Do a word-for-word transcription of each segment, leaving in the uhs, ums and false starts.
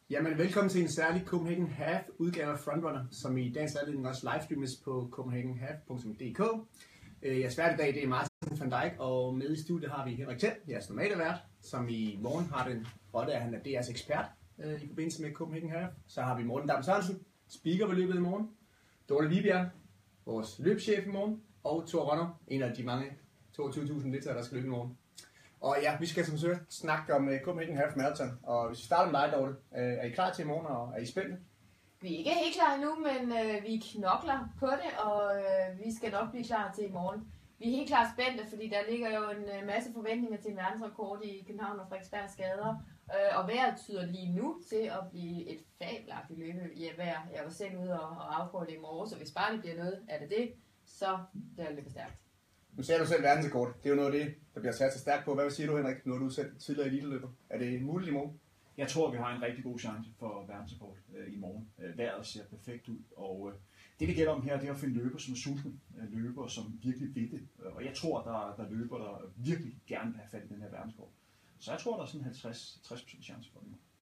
Jamen, velkommen til en særlig Copenhagen Half udgave af Frontrunner, som i dagens anledning også livestreames på copenhagen half punktum d k. Jeres vært i dag, det er Martin van Dijk, og med i studiet har vi Henrik Thell, jeres normale vært, som i morgen har den rolle, at han er D R's ekspert øh, i forbindelse med Copenhagen Half. Så har vi Morten Dam Sørensen, speaker ved løbet i morgen, Dorte Vibjerg, vores løbschef i morgen, og Thor Rønner, en af de mange toogtyve tusind deltagere, der skal løbe i morgen. Og ja, vi skal som sagt snakke om uh, Copenhagen Half Marathon, og hvis vi starter med dig, Dorte, uh, er I klar til i morgen, og er I spændte? Vi er ikke helt klar endnu, men uh, vi knokler på det, og uh, vi skal nok blive klar til i morgen. Vi er helt klart spændte, fordi der ligger jo en uh, masse forventninger til en verdensrekord i København og Frederiksberg skader, uh, og vejret tyder lige nu til at blive et fabelagtigt løbe i vejr. Jeg var selv ude og, og afprøve det i morgen, så hvis bare det bliver noget af det, det så bliver det løbet stærkt. Nu ser du selv verdensrekord. Det er jo noget af det, der bliver sat så stærkt på. Hvad siger du, Henrik? Nu er du selv tidligere eliteløber. Er det muligt i morgen? Jeg tror, vi har en rigtig god chance for verdensrekord øh, i morgen. Øh, vejret ser perfekt ud, og øh, det, det gælder om her, det er at finde løber, som er sultne. Øh, løber, som virkelig vil det. Og jeg tror, der, der er løber, der virkelig gerne vil have fat i den her verdensrekord. Så jeg tror, der er sådan en halvtreds til tres procent chance for det.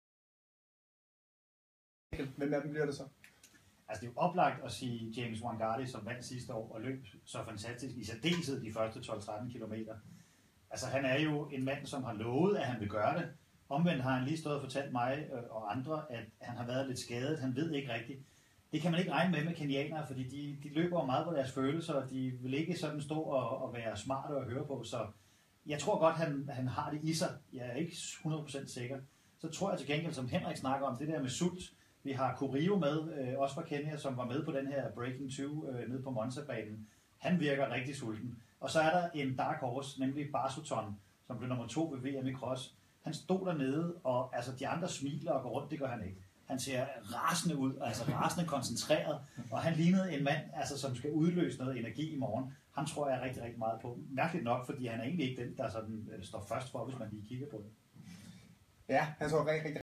Hvem af dem bliver det så? Altså det er jo oplagt at sige James Wangardi, som vandt sidste år og løb så fantastisk, i særdeleshed de første tolv til tretten kilometer. Altså han er jo en mand, som har lovet, at han vil gøre det. Omvendt har han lige stået og fortalt mig og andre, at han har været lidt skadet. Han ved ikke rigtigt. Det kan man ikke regne med med kenianere, fordi de, de løber jo meget på deres følelser, og de vil ikke sådan stå og, og være smarte at høre på. Så jeg tror godt, han, han har det i sig. Jeg er ikke hundrede procent sikker. Så tror jeg til gengæld, som Henrik snakker om, det der med sult. Vi har Corio med, øh, også fra Kenya, som var med på den her Breaking to øh, nede på Monza-banen. Han virker rigtig sulten. Og så er der en dark horse, nemlig Barsoton, som blev nummer to ved V M i cross. Han stod dernede, og altså, de andre smiler og går rundt, det gør han ikke. Han ser rasende ud, altså rasende koncentreret, og han lignede en mand, altså, som skal udløse noget energi i morgen. Han tror jeg rigtig, rigtig meget på. Mærkeligt nok, fordi han er egentlig ikke den, der sådan, øh, står først for, hvis man lige kigger på det. Ja, han så rigtig, rigtig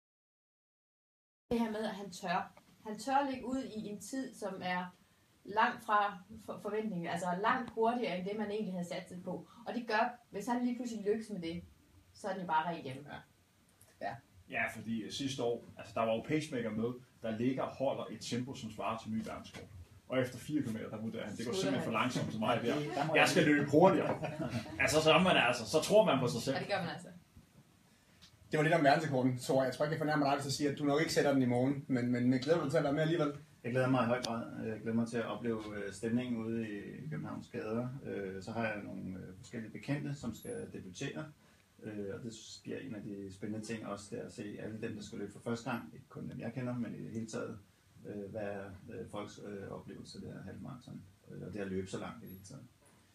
Det her med, at han tør. Han tør ligge ud i en tid, som er langt fra forventningen, altså langt hurtigere end det, man egentlig havde sat sig på. Og det gør, hvis han lige pludselig lykkes med det, så er det bare rent hjemme. Ja. Ja. Ja, fordi sidste år, altså der var jo pacemaker med, der ligger og holder et tempo, som svarer til ny verdensrekord. Og efter fire kilometer, der vurderer han, det går simpelthen for langsomt til mig der. Jeg skal løbe hurtigere. Altså, så, man altså, så tror man på sig selv. Ja, det gør man altså. Det var lidt om verdensrekorden, så jeg tror ikke, jeg fornærmer dig til at sige, at du nok ikke sætter den i morgen, men, men jeg glæder dig til at være med alligevel. Jeg glæder mig i høj grad. Jeg glæder mig til at opleve stemningen ude i Københavns gader. Så har jeg nogle forskellige bekendte, som skal debutere. Og det bliver en af de spændende ting også, der at se alle dem, der skal løbe for første gang. Ikke kun dem, jeg kender, men i det hele taget. Hvad er folks oplevelse der halvmarathon, og det at løbe så langt i det hele taget.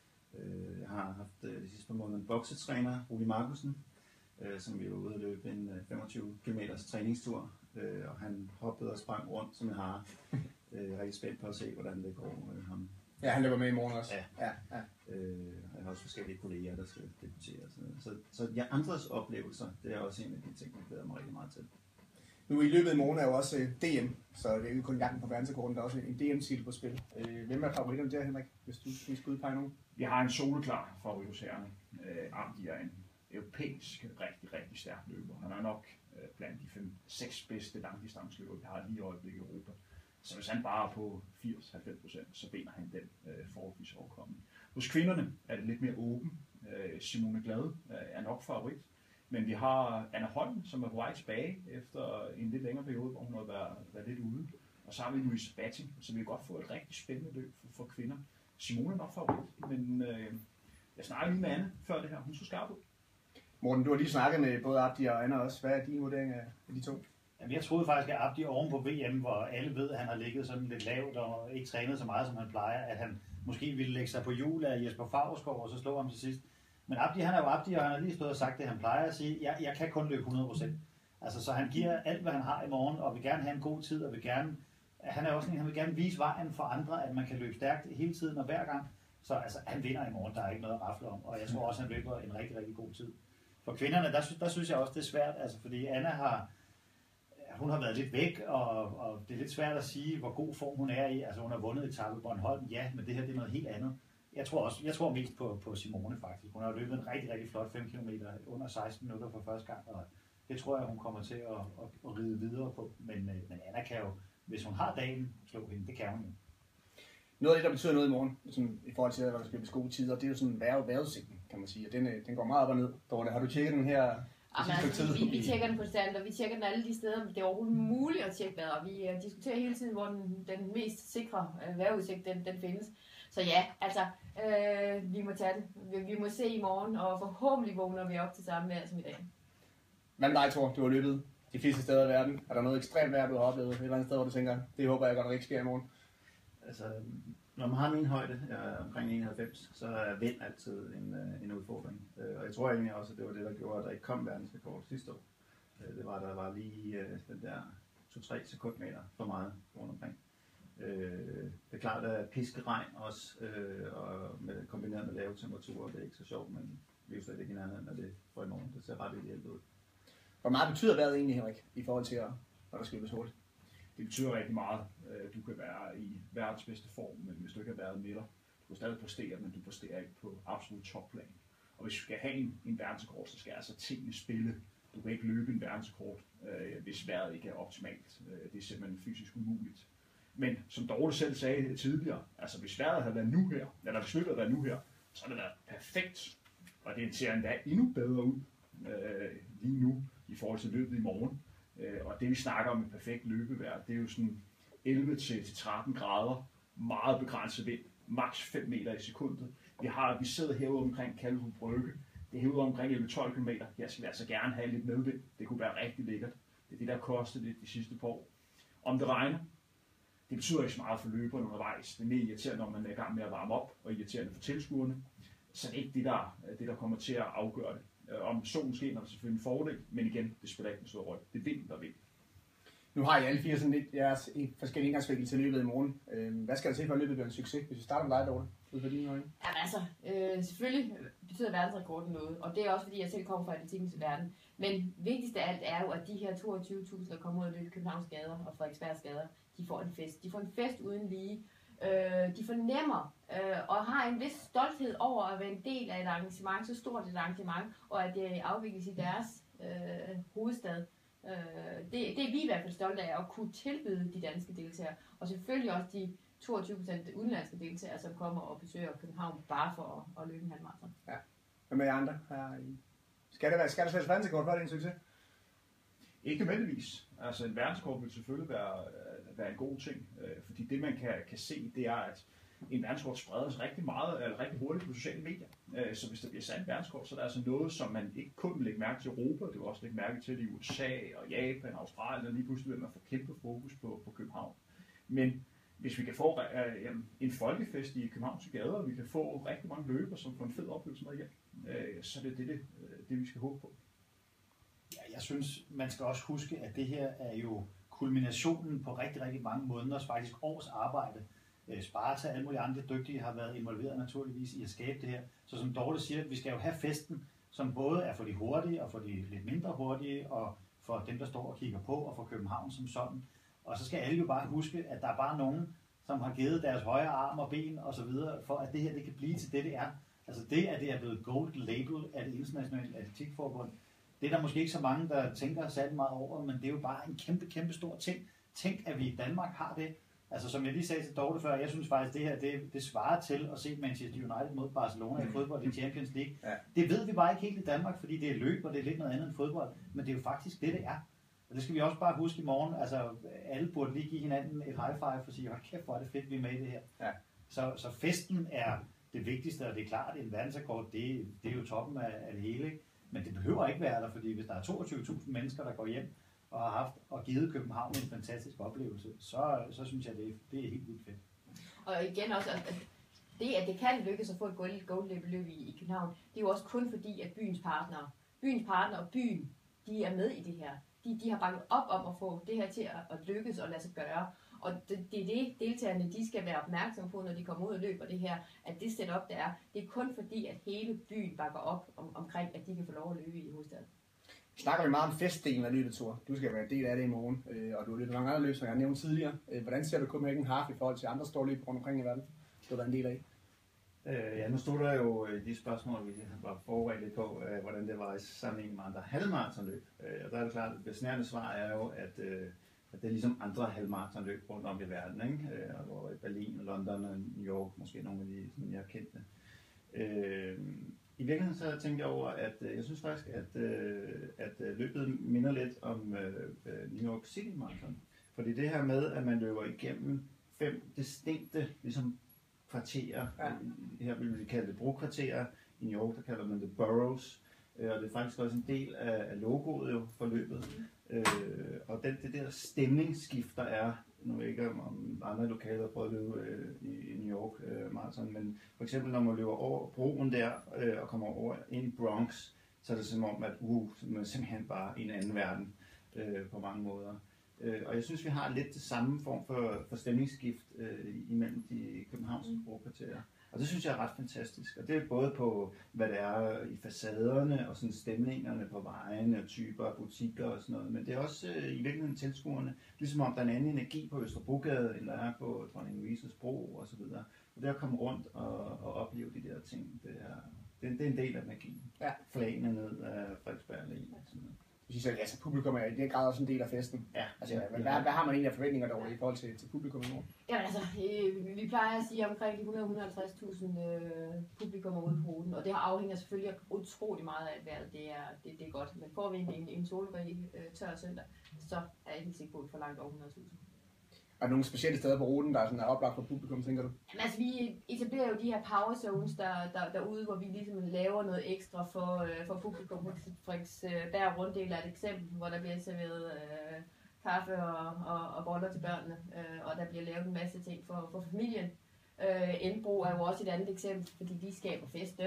Jeg har haft de sidste par måneder en boksetræner, Rudi Markusen, som vi var ude at løbe en femogtyve kilometers træningstur, og han hoppede og sprang rundt som en hare. Jeg er rigtig spændt på at se, hvordan det går med ham. Ja, han løber med i morgen også. Ja. Ja, ja. Jeg har også forskellige kolleger, der skal debutere. Så, så ja, andres oplevelser, det er også en af de ting, jeg glæder mig rigtig meget til. Nu i løbet i morgen er jo også D M, så det er jo ikke kun jagten på verdensrekorden, der er også en D M-titel på spil. Hvem er favoritterne der, Henrik, hvis du skal udpege nogen? Vi har en soleklar favorit hos herrerne. Abdi er en europæisk, rigtig, rigtig stærk løber. Han er nok øh, blandt de fem seks bedste langdistanceløbere, vi har lige i øjeblikket i Europa. Så hvis han bare er på firs til halvfems procent, så binder han den øh, forholdsvis overkommende. Hos kvinderne er det lidt mere åben. Øh, Simone Glade øh, er nok favorit. Men vi har Anna Holm, som er på vej tilbage efter en lidt længere periode, hvor hun har været, været lidt ude. Og så har vi Louise Batting, så vi kan godt få et rigtig spændende løb for, for kvinder. Simone er nok favorit, men øh, jeg snakker lige med Anne før det her. Hun så skarp ud. Morten, du har lige snakket med både Abdi og Anna også. Hvad er din vurdering af de to? Jamen, jeg troede faktisk, at Abdi oven på V M, hvor alle ved, at han har ligget sådan lidt lavt og ikke trænet så meget, som han plejer, at han måske ville lægge sig på hjul af Jesper Favreskov og så slå ham til sidst. Men Abdi, han er jo Abdi, og han har lige stået og sagt det, han plejer at sige. Jeg, jeg kan kun løbe hundrede procent. Altså, så han giver alt, hvad han har i morgen, og vil gerne have en god tid, og vil gerne, han er også en, han vil gerne vise vejen for andre, at man kan løbe stærkt hele tiden og hver gang. Så altså, han vinder i morgen, der er ikke noget at rafle om, og jeg tror også, han løber en rigtig, rigtig god tid. For kvinderne, der, der synes jeg også, det er svært, altså, fordi Anna har, hun har været lidt væk, og, og det er lidt svært at sige, hvor god form hun er i. Altså, hun har vundet etape Bornholm, ja, men det her det er noget helt andet. Jeg tror også, jeg tror mest på, på Simone faktisk. Hun har løbet en rigtig, rigtig flot fem kilometer under seksten minutter for første gang, og det tror jeg, hun kommer til at, at, at ride videre på. Men, øh, men Anna kan jo, hvis hun har dagen, slå hende. Det kan hun jo. Noget af det, der betyder noget i morgen, sådan, i forhold til, at der skal blive gode tider, det er jo sådan vejr, vejrudsigten, kan man sige. Og den, den går meget op og ned. Dorte, har du tjekket den her? Jamen, altså, vi, vi tjekker den konstant, og vi tjekker den alle de steder, det er overhovedet muligt at tjekke vejret. Vi uh, diskuterer hele tiden, hvor den, den mest sikre uh, vejrudsigt den, den findes. Så ja, altså, øh, vi må tage det. Vi, vi må se i morgen, og forhåbentlig vågner vi op til samme vejr som i dag. Hvad med dig, Thor? Du har løbet de fleste steder i verden. Er der noget ekstremt vejr, du har oplevet et eller andet sted, hvor du tænker, det håber jeg godt ikke sker i morgen? Altså, når man har min højde, jeg er omkring enoghalvfems, så er vind altid en, en udfordring. Og jeg tror egentlig også, at det var det, der gjorde, at der ikke kom verdensrekord sidste år. Det var, der var lige den der to til tre sekundmeter for meget rundt omkring. Det er klart, at piskeregn også, og med, kombineret med lave temperaturer, det er ikke så sjovt, men vi er jo slet ikke i nærheden af det for i morgen. Det ser ret ideelt ud. Hvor meget betyder vejret egentlig, Henrik, i forhold til, at der skal løbes hurtigt? Det betyder rigtig meget. Du kan være i verdens bedste form, men hvis du ikke har været midler, du kan stadig præstere, men du præsterer ikke på absolut topplan. Og hvis du skal have en, en verdensrekord, så skal altså tingene spille. Du kan ikke løbe en verdensrekord, øh, hvis vejret ikke er optimalt. Det er simpelthen fysisk umuligt. Men som Dorte selv sagde tidligere, altså hvis vejret havde været nu her, eller hvis løbet havde været nu her, så havde det været perfekt. Og det ser endda endnu bedre ud øh, lige nu i forhold til løbet i morgen. Og det vi snakker om et perfekt løbevejr, det er jo sådan elleve til tretten grader, meget begrænset vind, maks fem meter i sekundet. Vi, har, vi sidder herude omkring Kalvehus Brygge, det er herude omkring elleve til tolv kilometer. Jeg skal altså gerne have lidt medvind, det kunne være rigtig lækkert. Det er det, der koster lidt de sidste par år. Om det regner, det betyder ikke så meget for løberne undervejs. Det er mere irriterende, når man er i gang med at varme op, og irriterende for tilskuerne. Så det er ikke det, der, det, der kommer til at afgøre det. Om solen skinner, er selvfølgelig en fordel, men igen, det spiller ikke en stor rolle. Det er vind, der vil. Nu har I alle fire sådan lidt jeres forskellige indgangsvinkel til løbet i morgen. Hvad skal der til for at løbet bliver en succes, hvis vi starter med dig, Dorte? Ud fra dine øjne. Jamen altså, øh, selvfølgelig betyder verdensrekorden noget, og det er også fordi, jeg selv kommer fra atletikkens verden. Men vigtigst af alt er jo, at de her toogtyve tusind, der kommer ud og løbe Københavns gader og Frederiksbergs gader, de får en fest. De får en fest uden lige. Øh, de fornemmer øh, og har en vis stolthed over at være en del af et arrangement, så stort et arrangement, og at det afvikles i deres øh, hovedstad. Øh, det, det er vi i hvert fald stolte af at kunne tilbyde de danske deltagere, og selvfølgelig også de toogtyve procent udenlandske deltagere, som kommer og besøger København bare for at, at løbe en halvmarathon. Ja. Hvad med jer andre? Her i... Skal det være, skal der sættes verdensrekord, for det er en succes? Ikke nødvendigvis. Altså en verdenskort vil selvfølgelig være, være en god ting, øh, fordi det man kan, kan se, det er, at en verdenskort spreder sig rigtig meget, eller rigtig hurtigt på sociale medier. Øh, så hvis der bliver sat en verdenskort, så er der altså noget, som man ikke kun vil lægge mærke til i Europa, det vil også lægge mærke til det i U S A og Japan og Australien, og lige pludselig vil man få kæmpe fokus på, på København. Men hvis vi kan få øh, en folkefest i Københavns gader, og vi kan få rigtig mange løber, som får en fed oplevelse med hjem, øh, så er det det, det, det, vi skal håbe på. Ja, jeg synes, man skal også huske, at det her er jo kulminationen på rigtig, rigtig mange måneders, faktisk års arbejde. Sparta og alle mulige andre dygtige har været involveret naturligvis i at skabe det her. Så som Dorte siger, vi skal jo have festen, som både er for de hurtige og for de lidt mindre hurtige, og for dem, der står og kigger på, og for København som sådan. Og så skal alle jo bare huske, at der er bare nogen, som har givet deres højre arm og ben og så videre, for at det her det kan blive til det, det er. Altså det, at det er blevet gold label af det internationale atletikforbund, det er der måske ikke så mange, der tænker særlig meget over, men det er jo bare en kæmpe, kæmpe stor ting. Tænk, at vi i Danmark har det. Altså som jeg lige sagde til Dorte før, jeg synes faktisk, det her det, det svarer til at se Manchester United mod Barcelona i fodbold i Champions League. Ja. Det ved vi bare ikke helt i Danmark, fordi det er løb, og det er lidt noget andet end fodbold. Men det er jo faktisk det, det er. Og det skal vi også bare huske i morgen. Altså alle burde lige give hinanden et high five og sige, hold kæft, hvor er det fedt, vi er med i det her. Ja. Så, så festen er det vigtigste, og det er klart, at en verdensrekord, det, det er jo toppen af, af det hele. Ikke? Men det behøver ikke være der, fordi hvis der er toogtyve tusind mennesker, der går hjem og har haft og givet København en fantastisk oplevelse, så, så synes jeg, det er, det er helt vildt fedt. Og igen også, at det, at det kan lykkes at få et gold, gold løb i, i København, det er jo også kun fordi, at byens partnere, byens partnere og byen, de er med i det her. De, de har bakket op om at få det her til at, at lykkes og lade sig gøre. Og det, det er det, deltagerne de skal være opmærksomme på, når de kommer ud og løber det her, at det setup, der er, det er kun fordi, at hele byen bakker op om, omkring, at de kan få lov at løbe i hovedstaden. Snakker vi meget om festdelen af løbet, Thor. Du skal være en del af det i morgen, og du har løbet mange andre løb, som jeg har nævnt tidligere. Hvordan ser du Copenhagen Half i forhold til andre store løb rundt omkring i verden, du har været en del af? Øh, ja, nu stod der jo i de spørgsmål, vi var forberedt lidt på, øh, hvordan det var i sammenligning med andre halvmaratonløb. Øh, og der er det klart, at det besnærende svar er jo, at, øh, at det er ligesom andre halvmaratonløb rundt om i verden, ikke? Øh, og hvor i Berlin, London og New York, måske nogle af de, som jeg kendte. Øh, I virkeligheden så tænkte jeg over, at øh, jeg synes faktisk, at, øh, at løbet minder lidt om øh, New York City Marathon. Fordi det her med, at man løber igennem fem distinkte ligesom, kvarterer, ja. Her vil vi kalde det brokvarterer, i New York der kalder man det boroughs, og det er faktisk også en del af logoet jo for løbet. Mm. Øh, og den, det der stemningsskift, der er, nu ved jeg ikke om andre lokaler har prøvet at løbe øh, i New York øh, Marathon, men for eksempel når man løber over broen der øh, og kommer over ind i Bronx, så er det som om, at uh, man er simpelthen bare i en anden verden øh, på mange måder. Øh, og jeg synes, vi har lidt det samme form for, for stemningsskift øh, imellem de københavnske brokvarterer. Og det synes jeg er ret fantastisk. Og det er både på, hvad det er i facaderne og sådan stemningerne på vejene og typer af butikker og sådan noget. Men det er også øh, i virkeligheden tilskuerne, ligesom om der er en anden energi på Østerbrogade, end der er på Dronning Louises Bro og så videre. Og det at komme rundt og, og opleve de der ting, det er, det, det er en del af magien. Ja. Flagene ned af Frederiksberg Allé og sådan noget. Jeg synes, at altså, publikum er i den grad også en del af festen. Ja. Altså, hvad, hvad, hvad har man egentlig af forventninger derovre i forhold til, til publikum i Norden? Ja, altså, øh, vi plejer at sige omkring de hundrede til hundrede og halvtreds tusind øh, publikummer ude på ruten, og det afhænger selvfølgelig utrolig meget af, at vejret det er, det, det er godt. Men får vi en, en, en solrig øh, tør søndag, så er jeg helt sikker på, at vi får langt over hundrede tusind. Er der nogle specielle steder på ruten, der er, sådan, er oplagt for publikum, tænker du? Jamen, altså, vi etablerer jo de her power zones der, der, derude, hvor vi ligesom laver noget ekstra for, øh, for publikum. Frederiksberg Runddel er et eksempel, hvor der bliver serveret øh, kaffe og, og, og boller til børnene, øh, og der bliver lavet en masse ting for, for familien. Øh, Endbro er jo også et andet eksempel, fordi de skaber festen.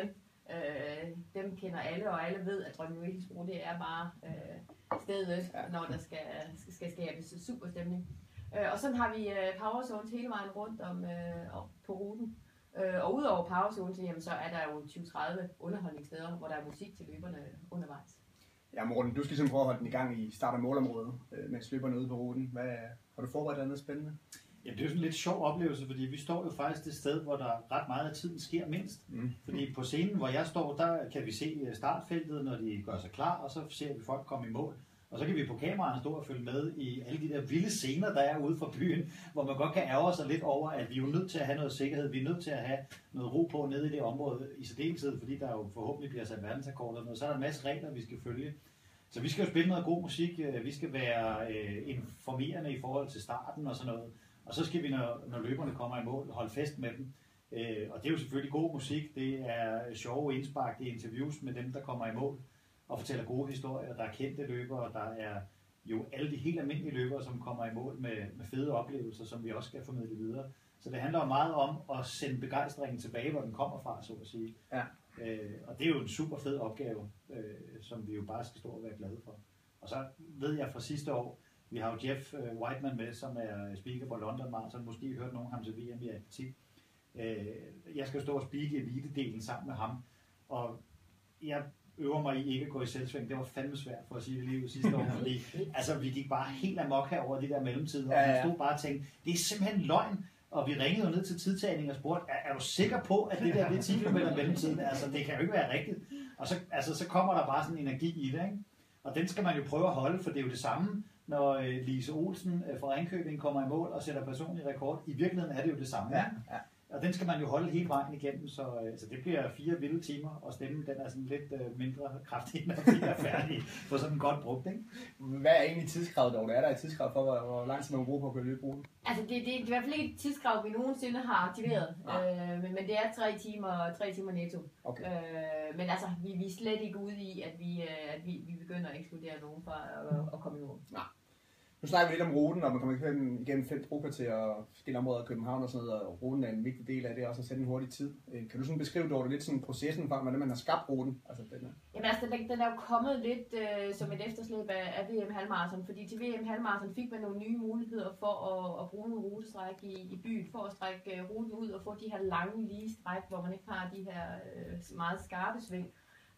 Øh, dem kender alle, og alle ved, at Dronning Louises Bro, det er bare øh, stedet, når der skal, skal skabes super stemning. Øh, og sådan har vi øh, power zones hele vejen rundt om øh, på ruten. Øh, og udover power zones, jamen, så er der jo tyve til tredive underholdningssteder, hvor der er musik til løberne undervejs. Ja, Morten, du skal simpelthen prøve at holde den i gang i start- og målområdet, øh, mens løberne ude på ruten. Hvad, har du forberedt noget spændende? Ja, det er jo sådan en lidt sjov oplevelse, fordi vi står jo faktisk det sted, hvor der ret meget af tiden sker mindst. Mm. Fordi på scenen, hvor jeg står, der kan vi se startfeltet, når de gør sig klar, og så ser vi folk komme i mål. Og så kan vi på kameraerne stå og følge med i alle de der vilde scener, der er ude fra byen, hvor man godt kan ærge sig lidt over, at vi er jo nødt til at have noget sikkerhed. Vi er nødt til at have noget ro på nede i det område i særdeleshed, fordi der jo forhåbentlig bliver sat verdensrekord og noget. Så er der en masse regler, vi skal følge. Så vi skal jo spille noget god musik. Vi skal være øh, informerende i forhold til starten og sådan noget. Og så skal vi, når, når løberne kommer i mål, holde fest med dem. Øh, og det er jo selvfølgelig god musik. Det er sjove indspark, det er interviews med dem, der kommer i mål og fortæller gode historier. Der er kendte løbere, der er jo alle de helt almindelige løbere, som kommer i mål med, med fede oplevelser, som vi også skal formidle videre. Så det handler meget om at sende begejstringen tilbage, hvor den kommer fra, så at sige. Ja. Øh, og det er jo en super fed opgave, øh, som vi jo bare skal stå og være glade for. Og så ved jeg fra sidste år, vi har jo Jeff Whiteman med, som er speaker på London Marathon. Måske har hørt nogen ham til V M i atletik. Øh, jeg skal stå og speake elite-delen sammen med ham. Og jeg øver mig i ikke at gå i selvsving. Det var fandme svært, for at sige det lige sidste år, fordi altså, vi gik bare helt amok her over de der mellemtider, ja, ja. Og man stod bare og tænkte, det er simpelthen løgn, og vi ringede jo ned til tidtagning og spurgte, er, er du sikker på, at det der det er ti kilometer mellemtiden? Altså, det kan jo ikke være rigtigt. Og så, altså, så kommer der bare sådan en energi i det, ikke? Og den skal man jo prøve at holde, for det er jo det samme, når øh, Lise Olsen øh, fra Ringkøbing kommer i mål og sætter personlig rekord. I virkeligheden er det jo det samme, ja, ja. Og den skal man jo holde hele vejen igennem, så altså, det bliver fire vilde timer, og stemmen den er sådan lidt øh, mindre kraftig, når vi er færdige på sådan godt brugt, ikke? Hvad er egentlig tidskravet dog? Er der et tidskrav for, hvor, hvor lang tid man bruger på at køre løbebrugen? Altså, det, det er i hvert fald ikke et tidskrav, vi nogensinde har aktiveret, ja. øh, men, men det er tre timer, tre timer netto. Okay. Øh, men altså, vi, vi er slet ikke ude i, at vi, øh, at vi, vi begynder at ekskludere nogen fra at, at komme i mål. Ja. Nu snakker vi lidt om ruten, og man kommer igennem, igennem fem brokvarterer og forskellige områder af København og sådan noget, og ruten er en vigtig del af det, også at sætte en hurtig tid. Kan du sådan beskrive dog lidt sådan processen for, hvordan man har skabt ruten? Altså, den er... Jamen altså, den, den er jo kommet lidt øh, som et efterslæb af, af V M halvmarathon, fordi til V M halvmarathon fik man nogle nye muligheder for at, at bruge nogle rutestræk i, i byen, for at strække øh, ruten ud og få de her lange lige stræk, hvor man ikke har de her øh, meget skarpe sving.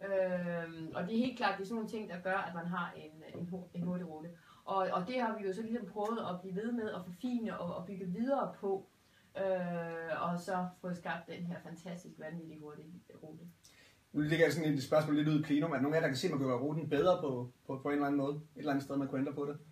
Øh, og det er helt klart, det er sådan nogle ting, der gør, at man har en, en, en hurtig rute. Og, og det har vi jo så ligesom prøvet at blive ved med at forfine og, og bygge videre på. øh, og så få skabt den her fantastisk vanvittigt hurtige rute. Nu ligger jeg sådan et spørgsmål lidt ud i plenum, at nogle af jer, der kan se, at man kan gøre ruten bedre på, på, på en eller anden måde, et eller andet sted, man kunne ændre på det.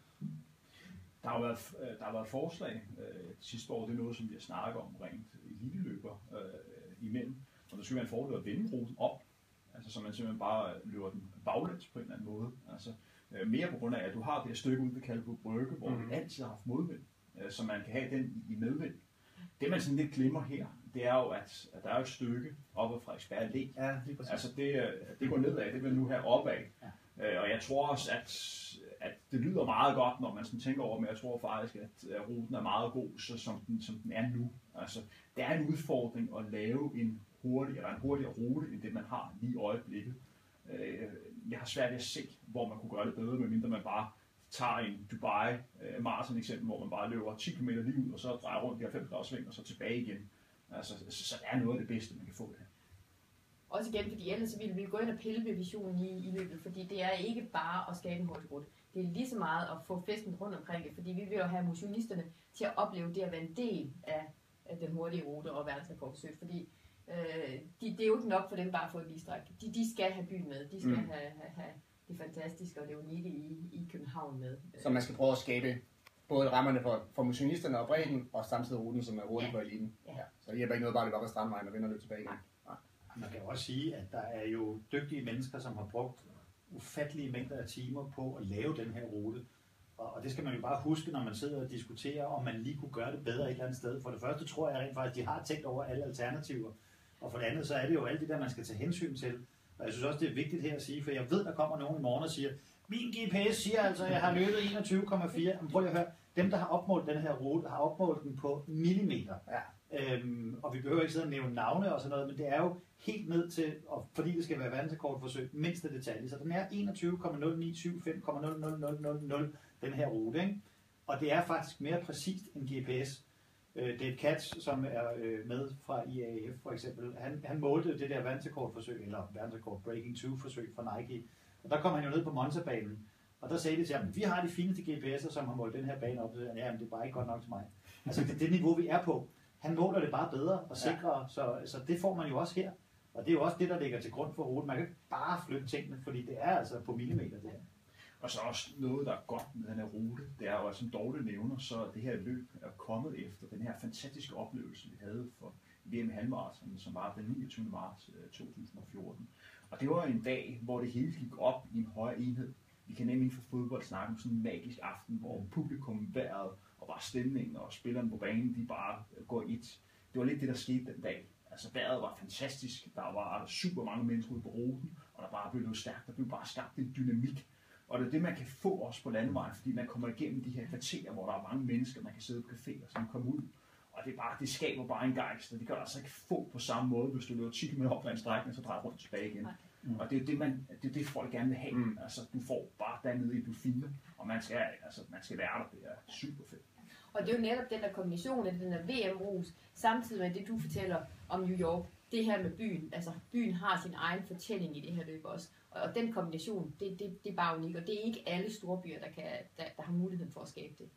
Der har været, der har været forslag øh, sidste år, det er noget, som vi har snakket om rent eliteløber øh, imellem, og der skal være en fordel at vende ruten op, altså så man simpelthen bare løber den baglæns på en eller anden måde. Altså, øh, mere på grund af, at du har det her stykke ude ved Kalvebod Brygge, hvor mm. vi altid har haft modvind, øh, så man kan have den i medvind. Det man sådan lidt glemmer her, det er jo, at, at der er et stykke oppe fra Frederiksberg Allé. Ja, lige præcis. Altså det, det går nedad, det vil nu her opad. Ja. Øh, og jeg tror også, at, at det lyder meget godt, når man sådan tænker over, men jeg tror faktisk, at ruten er meget god, så som den, som den er nu. Altså, det er en udfordring at lave en hurtig, eller en hurtigere rute, end det man har lige i øjeblikket. Øh, jeg har svært ved at se, hvor man kunne gøre det bedre, medmindre man bare tager en Dubai uh, marathon eksempel, hvor man bare løber ti kilometer lige ud, og så drejer rundt de halvfems graders sving, og så tilbage igen. Altså, så, så det er noget af det bedste, man kan få det her. Også igen, fordi ellers så ville vi gå ind og pille ved visionen i, i løbet, fordi det er ikke bare at skabe en hurtig rute. Det er lige så meget at få festen rundt omkring det, fordi vi vil jo have motionisterne til at opleve det at være en del af, af den hurtige rute og verdensrekordforsøg, fordi øh, de, det er jo ikke nok for dem bare at få et lige stræk. De, de skal have byen med, de skal mm. have, have, have det fantastiske og det unikke i, i København med. Så man skal prøve at skabe både rammerne for, for motionisterne og bredden, og samtidig ruten, som er hurtig for eliten. Ja. Ja. Så det hjælper ikke noget bare at løbe op ad Strandvejen og vinde og løbe tilbage igen. Nej. Man kan jo også sige, at der er jo dygtige mennesker, som har brugt ufattelige mængder af timer på at lave den her rute. Og det skal man jo bare huske, når man sidder og diskuterer, om man lige kunne gøre det bedre et eller andet sted. For det første tror jeg rent faktisk, at de har tænkt over alle alternativer. Og for det andet, så er det jo alt det der, man skal tage hensyn til. Og jeg synes også, det er vigtigt her at sige, for jeg ved, der kommer nogen i morgen og siger, min G P S siger altså, at jeg har løbet enogtyve komma fire. Men prøv at høre, dem, der har opmålt den her rute, har opmålt den på millimeter. Ja. Øhm, og vi behøver ikke sidde og nævne navne og sådan noget, men det er jo helt ned til, og fordi det skal være verdensrekordforsøg, mindste detalje. Så den er enogtyve komma nul ni syv fem komma nul nul nul nul nul, den her rute, ikke? Og det er faktisk mere præcist end G P S. Øh, Dave Katz, som er øh, med fra I A A F for eksempel, han, han målte det der verdensrekordforsøg, eller verdensrekord Breaking to forsøg fra Nike, og der kom han jo ned på Monza-banen, og der sagde de til ham, vi har de fineste G P S'er, som har målt den her bane op, og så ja, men det er bare ikke godt nok til mig. Altså det er det niveau, vi er på. Han måler det bare bedre og sikrere, ja. så, så det får man jo også her. Og det er jo også det, der ligger til grund for ruten. Man kan ikke bare flytte tingene, fordi det er altså på millimeter det her. Og så også noget, der er godt med den her rute, det er jo, som Dorte nævner, så det her løb er kommet efter den her fantastiske oplevelse, vi havde for V M halvmarathon, som var den niogtyvende marts to tusind og fjorten. Og det var en dag, hvor det hele gik op i en højere enhed. Vi kan nemlig for fodbold snakke om sådan en magisk aften, hvor publikum, vejret og bare stemningen og spillerne på banen, de bare går i et. Det var lidt det, der skete den dag. Altså vejret var fantastisk, der var super mange mennesker ude på ruten, og der bare blev løbet stærkt, der blev bare skabt en dynamik. Og det er det, man kan få også på landevejen, fordi man kommer igennem de her kvarterer, hvor der er mange mennesker, man kan sidde på caféer, som kommer ud. Og det, er bare, det skaber bare en gejst, og det kan du altså ikke få på samme måde, hvis du løber ti kilometer op ad en strækning, så drejer rundt tilbage igen. Mm. Og det er det, man, det er det, folk gerne vil have. Mm. Altså, du får bare dernede i endorfiner, og man skal, altså, man skal være der. Det er super fedt. Og det er jo netop den der kombination af den der V M-rus, samtidig med det, du fortæller om New York. Det her med byen. Altså, byen har sin egen fortælling i det her løb også. Og den kombination, det, det, det er bare unik. Og det er ikke alle store byer, der, kan, der, der har muligheden for at skabe det.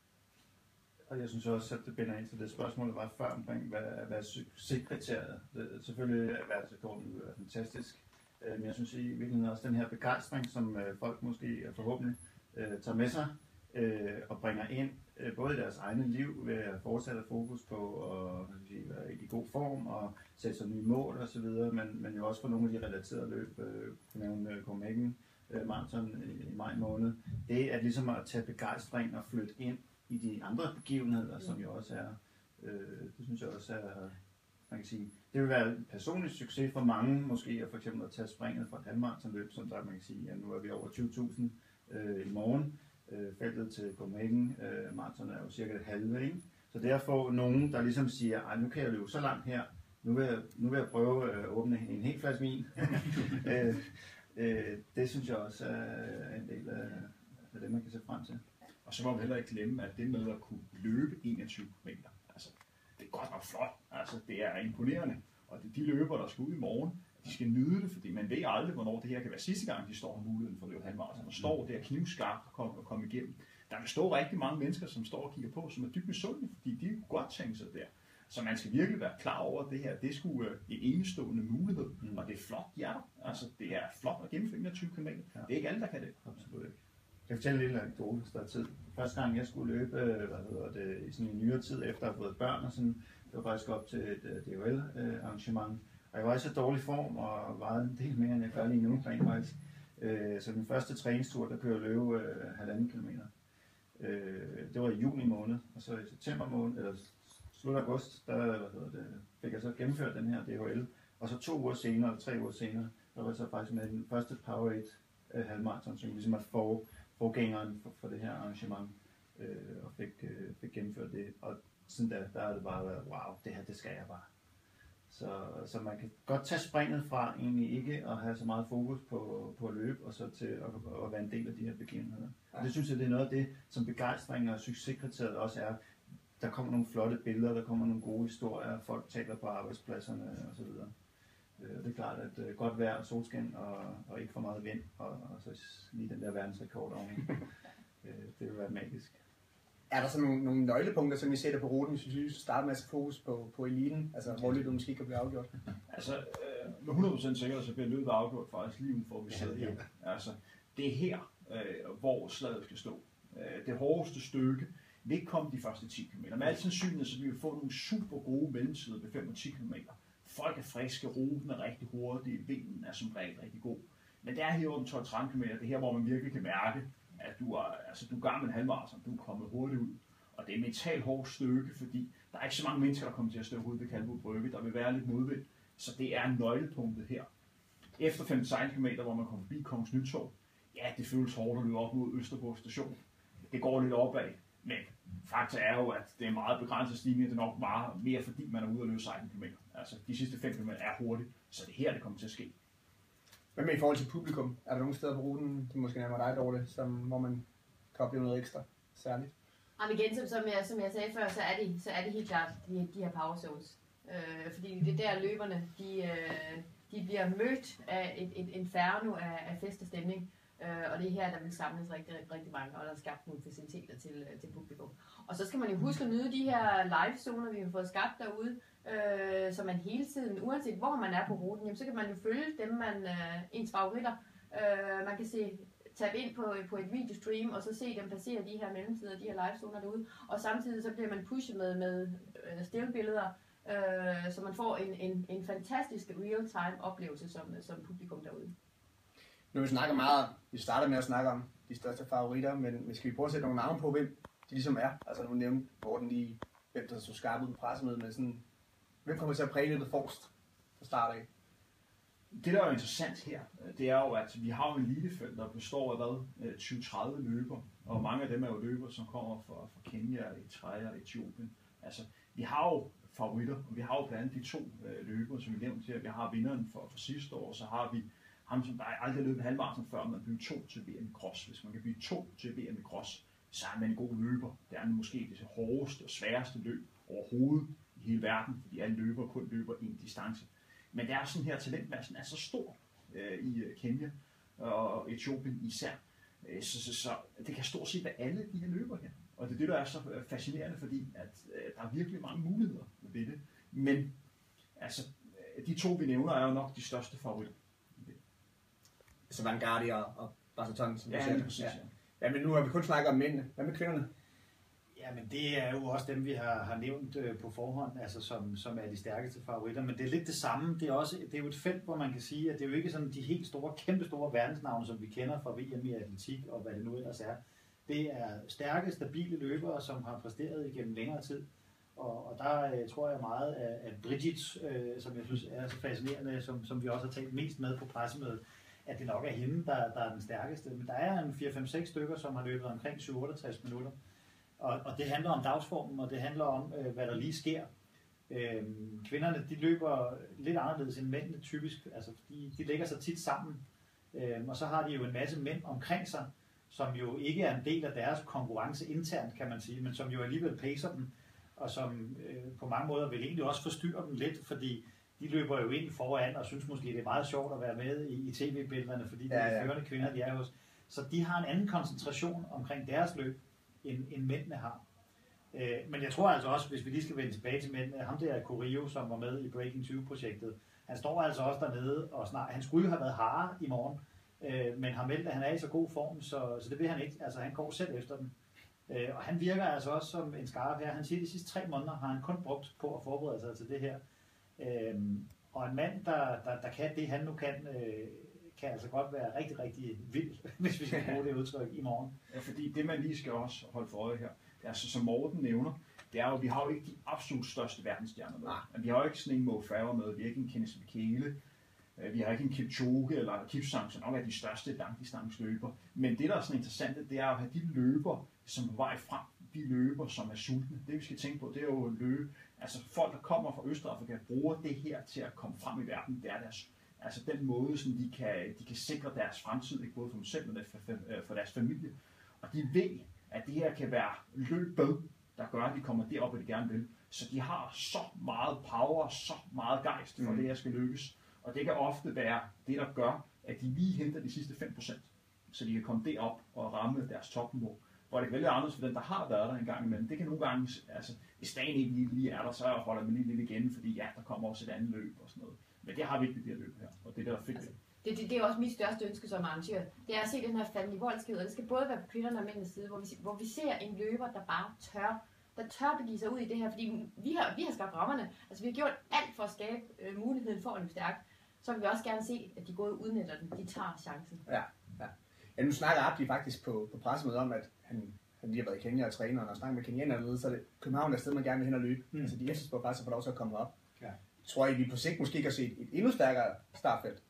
Og jeg synes også, at det binder ind til det spørgsmål, der var før omkring, hvad, hvad er succeskriteriet. Selvfølgelig er verdensrekorden fantastisk. Men jeg synes i virkeligheden også, den her begejstring, som folk måske forhåbentlig tager med sig og bringer ind, både i deres egne liv ved at fortsætte fokus på at være i god form og sætte sig nye mål osv., men, men jo også for nogle af de relaterede løb, for nævne Copenhagen Marathon i maj måned. Det er ligesom at tage begejstring og flytte ind i de andre begivenheder, som jo også er, øh, det synes jeg også er, man kan sige, det vil være en personlig succes for mange, måske at for eksempel at tage springet fra Danmark til løb, som der man kan sige, ja, nu er vi over tyve tusind øh, i morgen. Øh, feltet til Copenhagen øh, Marathon er jo cirka det halve, ikke? Så derfor nogen, der ligesom siger, ej, nu kan jeg løbe så langt her, nu vil jeg, nu vil jeg prøve at åbne en hel flaske vin. øh, øh, det synes jeg også er en del af, af det, man kan se frem til. Og så må man heller ikke glemme, at det med at kunne løbe enogtyve kilometer, altså, det er godt nok flot. Altså, det er imponerende. Og det de løber, der skal ud i morgen, de skal nyde det, fordi man ved aldrig, hvornår det her kan være sidste gang, de står med muligheden for at løbe halvmarathon. Og står der knivskarpt og kommer kom igennem. Der vil stå rigtig mange mennesker, som står og kigger på, som er dybt misundelige, fordi de kunne godt tænke sig der. Så man skal virkelig være klar over, at det her, det er sgu en enestående mulighed, mm. og det er flot, ja. Altså, det er flot at gennemføre enogtyve kilometer. Ja. Det er ikke alle, der kan det. Absolut ikke. Jeg kan fortælle en lille anekdote, hvis der er tid. Første gang, jeg skulle løbe, hvad hedder det, i sådan en nyere tid, efter at have fået børn og sådan, det var faktisk op til et D H L-arrangement. Og jeg var i så dårlig form, og vejede en del mere, end jeg gør lige nu, rent faktisk. Så den første træningstur, der kunne jeg løbe øh, halvanden kilometer. Øh, det var i juni måned, og så i september måned, eller slut august, der hvad hedder det, fik jeg så gennemført den her D H L. Og så to uger senere, eller tre uger senere, der var jeg så faktisk med den første Powerade øh, halvmarathon, som ligesom er for, forgængeren for, for det her arrangement, øh, og fik, øh, fik gennemført det. Og siden da, der har det bare været, wow, det her, det skal jeg bare. Så, så man kan godt tage springet fra egentlig ikke at have så meget fokus på, på at løbe, og så til at, at være en del af de her begivenheder. Og det synes jeg, det er noget af det, som begejstring og succeskriteriet også er. Der kommer nogle flotte billeder, der kommer nogle gode historier, folk taler på arbejdspladserne osv. Det er klart, at godt vejr og solskin og, og ikke for meget vind, og, og så lige den der verdensrekord oveni. Det vil være magisk. Er der så nogle, nogle nøglepunkter, som I sætter på ruten, hvis vi starter med at fokus på, på eliten, altså hvor løbet måske kan blive afgjort? Altså, øh, med hundrede procent sikkert, så bliver løbet afgjort faktisk lige uden for, vi sidder her. Altså, det er her, øh, hvor slaget skal stå. Øh, det hårdeste stykke vil ikke komme de første ti kilometer. Med al sandsynlighed, så vil vi få nogle super gode mellemtider ved fem og ti kilometer. Folk er friske, ruten er rigtig hurtig, vinden er som regel rigtig god. Men det er her om tolv til tretten kilometer, det er her, hvor man virkelig kan mærke, at du er, altså, du er gang med en halvmarathon, du er kommet hurtigt ud. Og det er et mentalt hårdt stykke, fordi der er ikke så mange mennesker, der kommer til at stå ud ved Kalvebod Brygge. Der vil være lidt modvind, så det er nøglepunktet her. Efter fem til seksten kilometer, hvor man kommer forbi Kongens Nytorv, ja, det føles hårdt at løbe op mod Østerborg station. Det går lidt opad, men fakta er jo, at det er meget begrænset stigning. Det er nok bare mere, fordi man er ude og løbe seksten kilometer. Altså, de sidste fem kilometer er hurtigt, så det er her, det kommer til at ske. Hvad med i forhold til publikum? Er der nogle steder på ruten, det måske nærmere dig dårligt, som, hvor man kan opleve noget ekstra særligt? Jamen igen, som, som, jeg, som jeg sagde før, så er det, så er det helt klart de, de her power zones. Øh, fordi det er der løberne, de, øh, de bliver mødt af et, et inferno af, af fest og stemning. Øh, og det er her, der vil samles rigtig, rigtig, rigtig mange, og der er skabt nogle faciliteter til, til publikum. Og så skal man jo huske at nyde de her live-zoner, vi har fået skabt derude, øh, så man hele tiden, uanset hvor man er på ruten, jamen, så kan man jo følge dem, man, øh, ens favoritter. Øh, man kan se, tabe ind på, på et videostream, og så se dem passere de her mellemtider, de her live-zoner derude. Og samtidig så bliver man pushet med, med øh, stillbilleder, øh, så man får en, en, en fantastisk real-time oplevelse som, som publikum derude. Nu vi snakker meget, vi starter med at snakke om de største favoritter, men skal vi prøve at sætte nogle navne på, hvem de ligesom er? Altså nu nævnte Morten lige, hvem der så skarpt ud på pressemødet, men sådan, hvem kommer til at præge løbet forrest fra start af? Det, der er interessant her, det er jo, at vi har jo en elitefelt, der består af hvad? tyve til tredive løber, og mange af dem er jo løber, som kommer fra, fra Kenya, Eritrea og Etiopien. Altså, vi har jo favoritter, og vi har jo blandt andet de to øh, løber, som vi nævnte her. Vi har vinderen for, for sidste år, og så har vi ham, som der aldrig løbet halvmarathon før, man bliver to til V M i cross. Hvis man kan blive to til V M i cross, så er man en god løber. Det er måske det hårdeste og sværeste løb overhovedet i hele verden, fordi alle løber kun løber en distance. Men det er sådan her, talentmassen er så stor øh, i Kenya og Etiopien især, øh, så, så, så det kan stort set være alle de her løber her. Og det er det, der er så fascinerende, fordi at, øh, der er virkelig mange muligheder ved det. Men altså, de to, vi nævner, er jo nok de største favoritter. Så Vanguardi og, og Barsaton, som ja, du siger. Præcis, ja. ja. Ja, men nu har vi kun snakket om mændene. Hvad med kvinderne? Ja, men det er jo også dem, vi har, har nævnt øh, på forhånd, altså som, som er de stærkeste favoritter. Men det er lidt det samme. Det er, også, det er jo et felt, hvor man kan sige, at det er jo ikke sådan de helt store, kæmpe store verdensnavne, som vi kender fra V M i atletik og hvad det nu ellers er. Det er stærke, stabile løbere, som har præsteret igennem længere tid. Og, og der øh, tror jeg meget, at, at Bridget, øh, som jeg synes er så fascinerende, som, som vi også har talt mest med på pressemødet, at det nok er hende, der, der er den stærkeste. Men der er en fire fem seks stykker, som har løbet omkring syv otteogtres minutter. Og, og det handler om dagsformen, og det handler om, øh, hvad der lige sker. Øh, kvinderne, de løber lidt anderledes end mændene typisk. Altså, de, de lægger sig tit sammen. Øh, og så har de jo en masse mænd omkring sig, som jo ikke er en del af deres konkurrence internt, kan man sige, men som jo alligevel pacer dem, og som øh, på mange måder vil egentlig også forstyrre dem lidt, fordi de løber jo ind foran, og synes måske, det er meget sjovt at være med i, i tv-billederne, fordi det er ja, ja. de førende kvinder, de er hos. Så de har en anden koncentration omkring deres løb, end, end mændene har. Øh, men jeg tror altså også, hvis vi lige skal vende tilbage til mændene, ham der Corio, som var med i Breaking tyve-projektet, han står altså også dernede, og snart, han skulle jo have været harde i morgen, øh, men har meldt, at han er i så god form, så, så det vil han ikke. Altså han går selv efter den. Øh, og han virker altså også som en skarp her. Han siger, at de sidste tre måneder har han kun brugt på at forberede sig til det her. Øh, og en mand, der, der, der kan det, han nu kan, øh, kan altså godt være rigtig, rigtig vild, hvis vi skal bruge det udtryk i morgen. Ja, fordi det, man lige skal også holde for øje her, det er altså, som Morten nævner, det er jo, vi har jo ikke de absolut største verdensstjerner med. Nej. Vi har jo ikke sådan en Mo Farah med, vi har ikke en Kenneth Bekele, vi har ikke en Kipchoge eller Kipsang, som nok er de største langdistanceløber. Men det, der er sådan interessant, det er at have de løber, som er på vej frem, de løber, som er sultne. Det, vi skal tænke på, det er jo løbe. Altså folk, der kommer fra Østafrika, bruger det her til at komme frem i verden. Det er deres, altså den måde, som de kan, de kan sikre deres fremtid, ikke både for dem selv, men for, for deres familie. Og de ved, at det her kan være løbet, der gør, at de kommer derop, hvor de gerne vil. Så de har så meget power, så meget gejst for mm. det her skal lykkes. Og det kan ofte være det, der gør, at de lige henter de sidste fem procent, så de kan komme derop og ramme deres topniveau. Hvor det kan vælge anderledes for den, der har været der en gang imellem. Det kan nogle gange, altså hvis dagen ikke lige, lige er der, så holder man lige lidt igen, fordi ja, der kommer også et andet løb og sådan noget. Men det har vi ikke det her løb her, og det er der er fedt. Altså, det, det, det er også mit største ønske som arrangør. Det er at se den her fandme voldsked, og det skal både være på kvinderne og mændenes side, hvor vi, hvor vi ser en løber, der bare tør der tør begive sig ud i det her, fordi vi har, vi har skabt rammerne. Altså vi har gjort alt for at skabe øh, muligheden for at løbe stærkt. Så vil vi også gerne se, at de gode udnytter den. De tager chancen. Ja, ja. Ja, nu snakker Abdi faktisk på, på pressemødet om, at han, han lige har været i Kenya og træner, og snakker med kenianerne, så er det København er et sted, man gerne vil hen og løbe. Mm. Altså de efterspørger faktisk at få lov til at komme op. Ja. Tror I, vi på sigt måske kan se et, et endnu stærkere startfelt?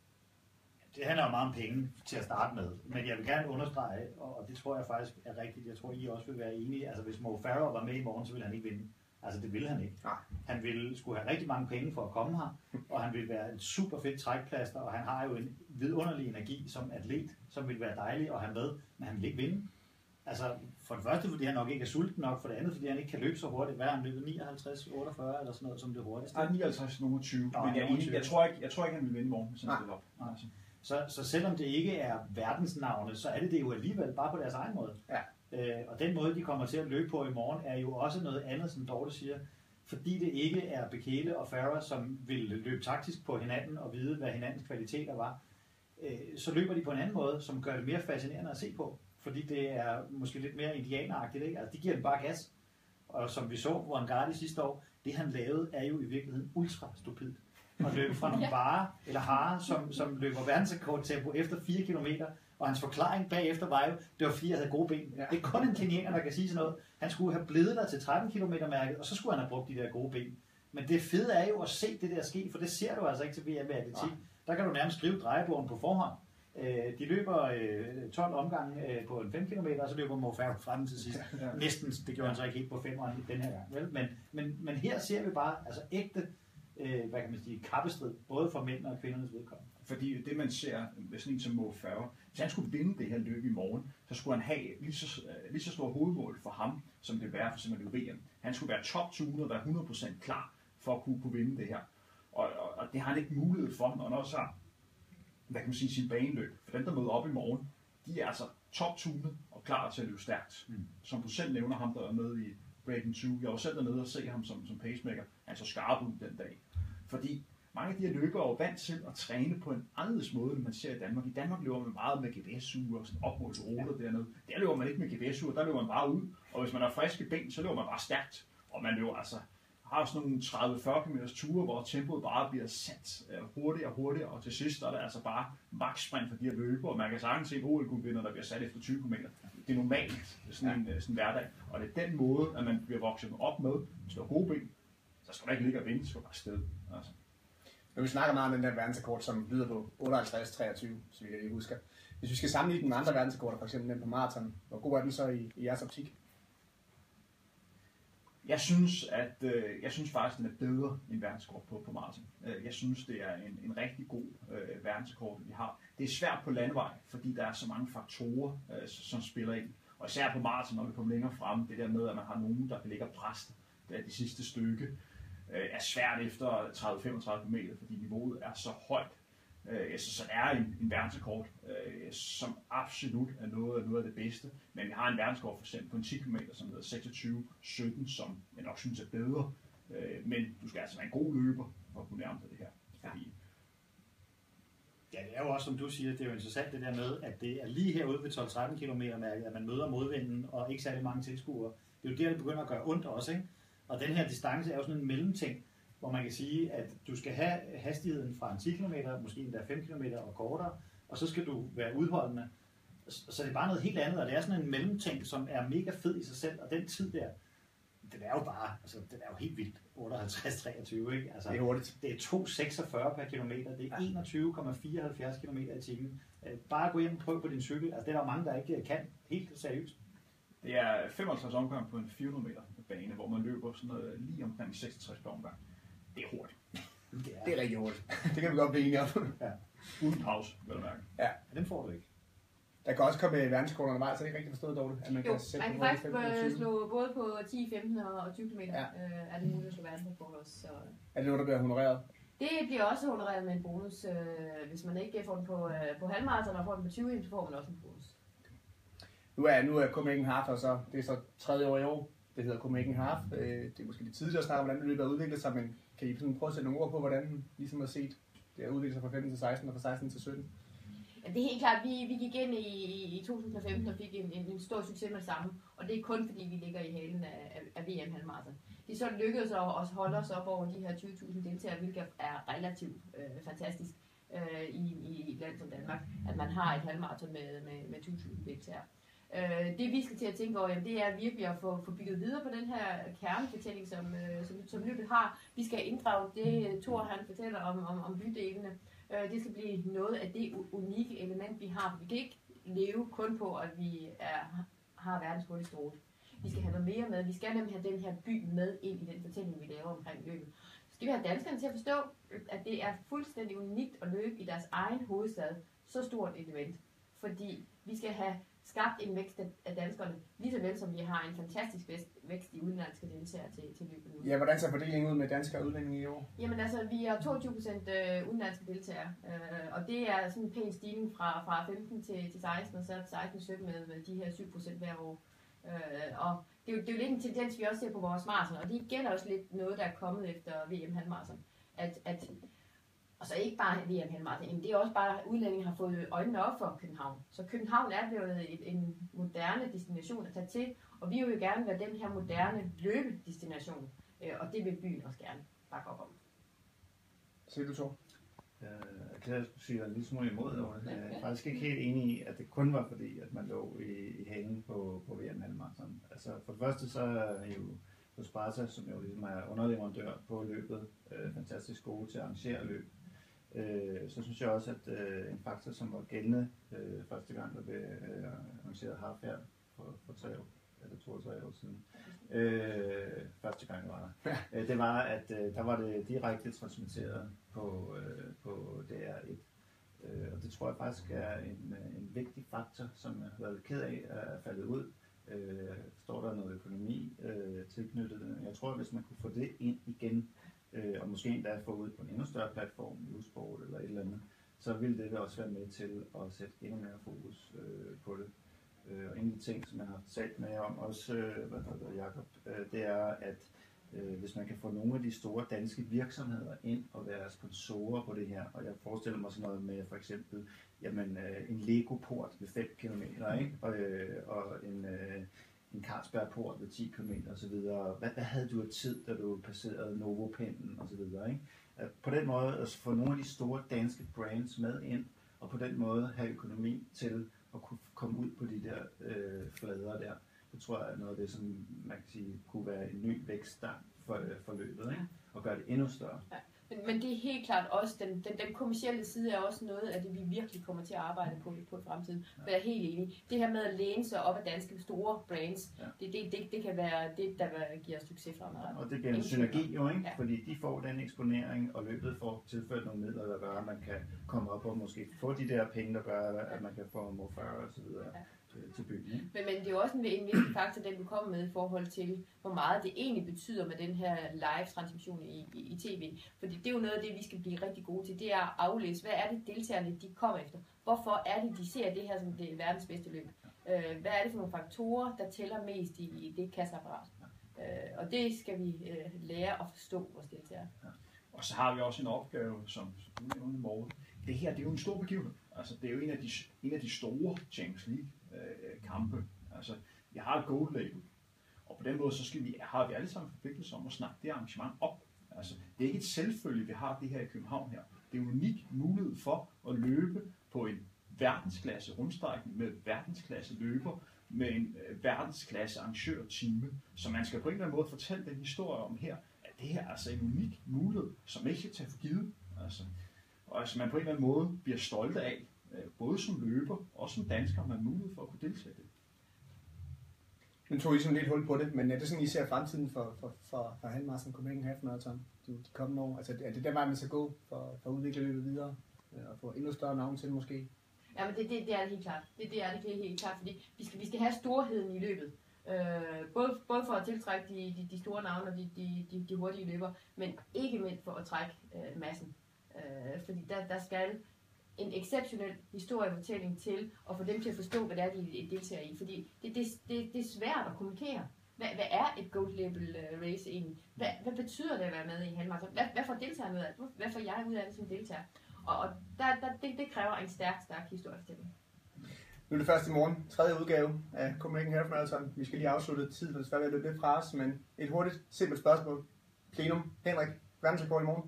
Det handler jo meget om penge til at starte med, men jeg vil gerne understrege, og det tror jeg faktisk er rigtigt, jeg tror I også vil være enige, altså hvis Mo Farah var med i morgen, så ville han ikke vinde. Altså det ville han ikke. Nej. Han ville skulle have rigtig mange penge for at komme her, og han ville være en super fedt trækplaster, og han har jo en vidunderlig energi som atlet, som ville være dejlig at have med, men han vil ikke vinde. Altså for det første, fordi han nok ikke er sulten nok, for det andet, fordi han ikke kan løbe så hurtigt. Hvad er han løbet? nioghalvtreds otteogfyrre eller sådan noget som det hurtigste? Nej, nioghalvtreds nummer tyve. Nå, men jeg, jeg, jeg, tror ikke, jeg tror ikke, han vil vinde i morgen, hvis han stiller op. Nej. Så, så selvom det ikke er verdensnavne, så er det det jo alligevel bare på deres egen måde. Ja. Øh, og den måde, de kommer til at løbe på i morgen, er jo også noget andet, som Dorte siger. Fordi det ikke er Bekele og Farah, som vil løbe taktisk på hinanden og vide, hvad hinandens kvaliteter var, øh, så løber de på en anden måde, som gør det mere fascinerende at se på. Fordi det er måske lidt mere indianeragtigt, ikke? Altså, de giver den bare gas. Og som vi så på Angadi sidste år, det han lavede, er jo i virkeligheden ultra stupidt. At løbe fra nogle varer eller harer, som, som løber verdensrekordtempo efter fire kilometer, og hans forklaring bagefter var jo, det var fordi, jeg havde gode ben. Ja. Det er kun en kenianer, der kan sige sådan noget. Han skulle have blevet der til tretten kilometer mærket, og så skulle han have brugt de der gode ben. Men det fede er jo at se det der ske, for det ser du altså ikke til V M atletik. Ja. Der kan du nærmest skrive drejebogen på forhånd. De løber tolv omgange på en fem kilometer, og så løber Mo Farah frem til sidst. Ja. Næsten, det gjorde han så ikke helt på femeren den her gang. Vel? Men, men, men her ser vi bare altså ægte hvad kan man sige, kappestrid, både for mænd og kvindernes vedkommende. Fordi det, man ser med sådan en som Mo Farah, hvis han skulle vinde det her løb i morgen, så skulle han have lige så, lige så stor hovedmål for ham, som det vil være for simpelthen V M. Han skulle være top-tunet og være hundrede procent klar for at kunne, kunne vinde det her. Og, og, og det har han ikke mulighed for, når han også har, hvad kan man sige, sin baneløb. For dem, der møder op i morgen, de er altså top-tunet og klar til at løbe stærkt. Mm. Som du selv nævner ham, der er med i Breaking tyve. Jeg var selv dernede og se ham som, som pacemaker. Han så skarp ud den dag. Fordi mange af de her løbere er jo vant til at træne på en anderledes måde, end man ser i Danmark. I Danmark løber man meget med G P S-ure og sådan opmålte ruter dernede. Der løber man ikke med G P S-ure, der løber man bare ud. Og hvis man har friske ben, så løber man bare stærkt. Og man løber altså, har sådan nogle tredive til fyrre kilometer ture, hvor tempoet bare bliver sat hurtigere og hurtigere. Og til sidst er det altså bare max sprint for de her løbere. Og man kan sagtens se en O L-guldvinder, der bliver sat efter tyve kilometer. Det er normalt sådan en, sådan en hverdag. Og det er den måde, at man bliver vokset op med. Hvis du har gode ben, så skal du ikke ligge og vinde, så skal du bare sted. Altså. Når vi snakker meget om den der verdensrekord, som lyder på otteoghalvtreds treogtyve, så vi kan huske. Hvis vi skal sammenligne den med andre verdensrekorder, f.eks. den på maraton, hvor god er den så i, i jeres optik? Jeg synes, at øh, jeg synes faktisk, at den er bedre end verdensrekord på, på maraton. Jeg synes, det er en, en rigtig god øh, verdensrekord, vi har. Det er svært på landevej, fordi der er så mange faktorer, øh, som spiller ind. Og især på maraton, når vi kommer længere frem, det der med, at man har nogen, der kan ligge og presse det, det sidste stykke, øh, er svært efter tredive til femogtredive kilometer, fordi niveauet er så højt. Øh, så, så det er en, en verdensrekord, øh, som absolut er noget, noget af det bedste. Men vi har en verdensrekord for eksempel på en ti kilometer, som hedder seksogtyve sytten, som jeg nok synes er bedre. Øh, men du skal altså være en god løber for at kunne nærme dig det her. Fordi ja, det er jo også, som du siger, det er jo interessant det der med, at det er lige herude ved tolv til tretten kilometer mærket, at man møder modvinden og ikke særlig mange tilskuere. Det er jo der, det begynder at gøre ondt også, ikke? Og den her distance er jo sådan en mellemting, hvor man kan sige, at du skal have hastigheden fra en ti kilometer, måske endda fem kilometer og kortere, og så skal du være udholdende. Så det er bare noget helt andet, og det er sådan en mellemting, som er mega fed i sig selv, og den tid der, den er jo bare, altså den er jo helt vildt, otteoghalvtreds treogtyve, ikke? Altså, det er hurtigt. Det er to seksogfyrre per kilometer, det er enogtyve komma fireoghalvfjerds kilometer i timen. Bare gå hjem og prøv på din cykel, altså det er der mange, der ikke kan, helt seriøst. Det er femoghalvtreds omgang på en fire hundrede meter bane, hvor man løber sådan noget lige omkring seksogtres per omgang. Det er hurtigt. Det er, det er rigtig hurtigt. Det kan vi godt blive enige om. Ja. Uden pause, vil jeg mærke. Ja. Den får du ikke. Der kan også komme verdensrekord undervejs, så det er ikke rigtig forstået dårligt, at man jo, kan sætte man kan faktisk slå både på ti, femten og tyve kilometer, ja. øh, er det muligt at slå verdensrekord også. Så. Er det noget, der bliver honoreret? Det bliver også honoreret med en bonus. Øh, hvis man ikke får den på, øh, på halvmarathon og får den på tyve, så får man også en bonus. Nu er, nu er Copenhagen Half, og så, det er så tredje år i år. Det hedder Copenhagen Half. Øh, det er måske lidt tidligt at snakke om, hvordan det løbet har udviklet sig, men kan I sådan prøve at sætte nogle ord på, hvordan den ligesom har set det har udviklet sig fra femten til seksten og fra seksten til sytten? Ja, det er helt klart, vi, vi gik ind i, i to tusind og femten og fik en, en, en stor succes med det samme, og det er kun fordi, vi ligger i halen af, af, af V M halvmarathon. Det er så lykkedes at også holde os op over de her tyve tusind deltagere, hvilket er relativt øh, fantastisk øh, i, i et land som Danmark, at man har et halvmarathon med, med, med tyve tusind deltagere. Øh, det vi skal til at tænke over, jamen, det er virkelig at få, få bygget videre på den her kernefortælling, som, øh, som, som løbet har. Vi skal inddrage det, Thor han fortæller om, om, om bydelene. Øh, det skal blive noget af det unikke element, vi har. Vi kan ikke leve kun på, at vi er, har verdens hurtigste rute. Vi skal have noget mere med. Vi skal nemlig have den her by med ind i den fortælling, vi laver omkring løbet. Så skal vi have danskerne til at forstå, at det er fuldstændig unikt at løbe i deres egen hovedstad. Så stort et event. Fordi vi skal have skabt en vækst af danskerne, lige så vel som vi har en fantastisk vækst i udenlandske deltagere til, til løbet nu. Ja, hvordan ser fordelingen ud med danske og udlændinge i år? Jamen altså, vi er toogtyve procent udenlandske deltagere, øh, og det er sådan en pæn stigning fra, fra femten til, til seksten, og så seksten til sytten med, med de her syv procent hver år. Øh, og det er, jo, det er jo lidt en tendens, vi også ser på vores marathon, og det gælder også lidt noget, der er kommet efter V M halvmarathon. At, at Og så ikke bare V M halvmarathon, det er også bare, at udlændinge har fået øjnene op for København. Så København er blevet et, en moderne destination at tage til, og vi vil jo gerne være den her moderne løbedestination, og det vil byen også gerne bakke op om. Siger du så? Jeg kan jeg skulle sige en lille smule imod over det. Jeg er faktisk ikke helt enig i, at det kun var fordi, at man lå i, i halen på, på V M halvmarathon. Altså for det første så er jo på Sparta, som jo ligesom er underleverandør på løbet, øh, fantastisk gode til at arrangere løb. Øh, så synes jeg også, at øh, en faktor, som var gældende øh, første gang, der blev øh, arrangeret half her for, for tre år, eller to og tre år siden, øh, første gang var der, øh, det var, at øh, der var det direkte transmitteret på, øh, på D R et. Øh, og det tror jeg faktisk er en, en vigtig faktor, som jeg har været ked af at faldet ud. Øh, står der noget økonomi øh, tilknyttet. Jeg tror, at hvis man kunne få det ind igen, øh, og måske endda få ud på en endnu større platform, Usport eller et eller andet, så ville det også være med til at sætte endnu mere fokus øh, på det. Øh, og en af de ting, som jeg har talt med om også, øh, hvad hedder Jacob, øh, det er, at øh, hvis man kan få nogle af de store danske virksomheder ind og være sponsorer på det her, og jeg forestiller mig sådan noget med for eksempel jamen, øh, en Lego-port ved fem kilometer, ikke? Og, øh, og en, øh, en Carlsberg-port ved ti kilometer osv. Hvad, hvad havde du af tid, da du passerede Novopennen osv.? På den måde altså få nogle af de store danske brands med ind, og på den måde have økonomi til at kunne komme ud på de der øh, flader der. Det tror jeg er noget af det, som man kan sige kunne være en ny vækststang for, øh, for løbet, ikke? Og gøre det endnu større. Ja. Men, men det er helt klart også, den, den, den kommercielle side er også noget af det, vi virkelig kommer til at arbejde på, på i fremtiden. Ja. For jeg er helt enig. Det her med at læne sig op af danske store brands, ja. det, det, det, det kan være det, der giver os succes fremadrettet. Og det bliver en synergi jo, ikke? Ja. Fordi de får den eksponering, og løbet får tilført nogle midler, der gør, at man kan komme op og måske få de der penge, der gør, at man kan få Mo fyrre og så videre. Ja. øh, til byen. Ikke? Men, men det er jo også en, en vigtig faktor, den du kommer med i forhold til, hvor meget det egentlig betyder med den her live-transmission i, i, i tv. Fordi det er jo noget af det, vi skal blive rigtig gode til, det er at aflæse, hvad er det deltagerne, de kommer efter. Hvorfor er det, de ser det her som det verdens bedste løb? Øh, hvad er det for nogle faktorer, der tæller mest i, i det kasseapparat? Øh, og det skal vi øh, lære at forstå vores deltagere. Og så har vi også en opgave, som du nævnte, Morten. Det her, det er jo en stor begivenhed. Altså, det er jo en af de, en af de store Champions League-kampe. Øh, altså, vi har et gold label. Og på den måde, så skal vi, har vi alle sammen forpligtelse om at snakke det arrangement op. Altså, det er ikke et selvfølge, vi har det her i København her. Det er en unik mulighed for at løbe på en verdensklasse rundstrækning med verdensklasse løber, med en øh, verdensklasse arrangørteam. Så man skal på en eller anden måde fortælle den historie om her, at det her er altså en unik mulighed, som ikke skal tage for givet. Altså, og altså man på en eller anden måde bliver stolte af, øh, både som løber og som dansker, man har mulighed for at kunne deltage i det. Nu tog I sådan lidt hul på det, men er det sådan, I ser fremtiden for, for, for, for Halmarathon Copenhagen Half Marathon de, de kommende år? Altså er det der vej, man skal gå for, for at udvikle løbet videre og få endnu større navn til måske? Ja, men det, det, det er det helt klart. Det, det er det helt, helt klart, fordi vi skal, vi skal have storheden i løbet. Øh, både, både for at tiltrække de, de, de store navne og de, de, de, de hurtige løber, men ikke mindst for at trække øh, massen. Øh, fordi der, der skal en exceptionel historiefortælling til at få dem til at forstå, hvad det er, de deltager i. Fordi det, det, det, det er svært at kommunikere. Hvad, hvad er et gold label race egentlig? Hvad, hvad betyder det at være med i halvmarathon? Hvad, hvad får deltagerne ud af det? Hvad får jeg ud af det som deltager? Og, og der, der, det, det kræver en stærk, stærk historiefortælling. Nu er det først i morgen, tredje udgave af Copenhagen Half Marathon. Vi skal lige afslutte tiden, og det skal være lidt fra os, men et hurtigt, simpelt spørgsmål. Plenum. Henrik, verdensrekord i morgen?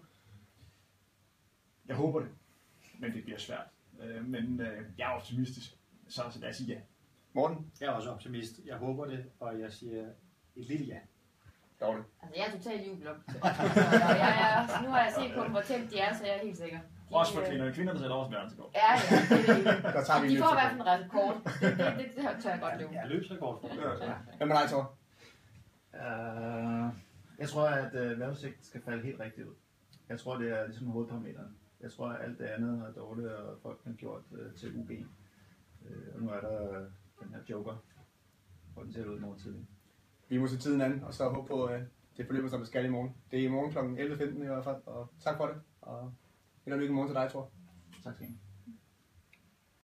Jeg håber det, men det bliver svært. Øh, men øh, jeg er optimistisk, så, så lad os sige ja. Morten? Jeg er også optimist. Jeg håber det, og jeg siger et lille ja. Dårligt. Altså, jeg er totalt jubel op til. Og jeg er, nu har jeg set på dem, hvor tæt de er, så jeg er helt sikker. De, Også for kvinderne. Kvinderne sætter også verdensrekord. Ja, ja. Det, Der tager vi de en får i hvert løbsrekord. fald en rekord. Det, det, det, det tør jeg godt løbe. Ja, løbsrekord. Hvad med dig, Thor? Uh, jeg tror, at uh, vejrudsigt skal falde helt rigtigt ud. Jeg tror, det er ligesom hovedparameteren. Jeg tror, at alt det andet er dårligt, og folk har gjort uh, til U G. Uh, og nu er der uh, den her joker, hvor den ser ud morgen tidlig. Vi må se tiden an, og så håbe på, at det forløber som det skal i morgen. Det er i morgen kl. elleve femten i hvert fald, og tak for det. Og held og lykke i morgen til dig, Thor. Tak skal I have.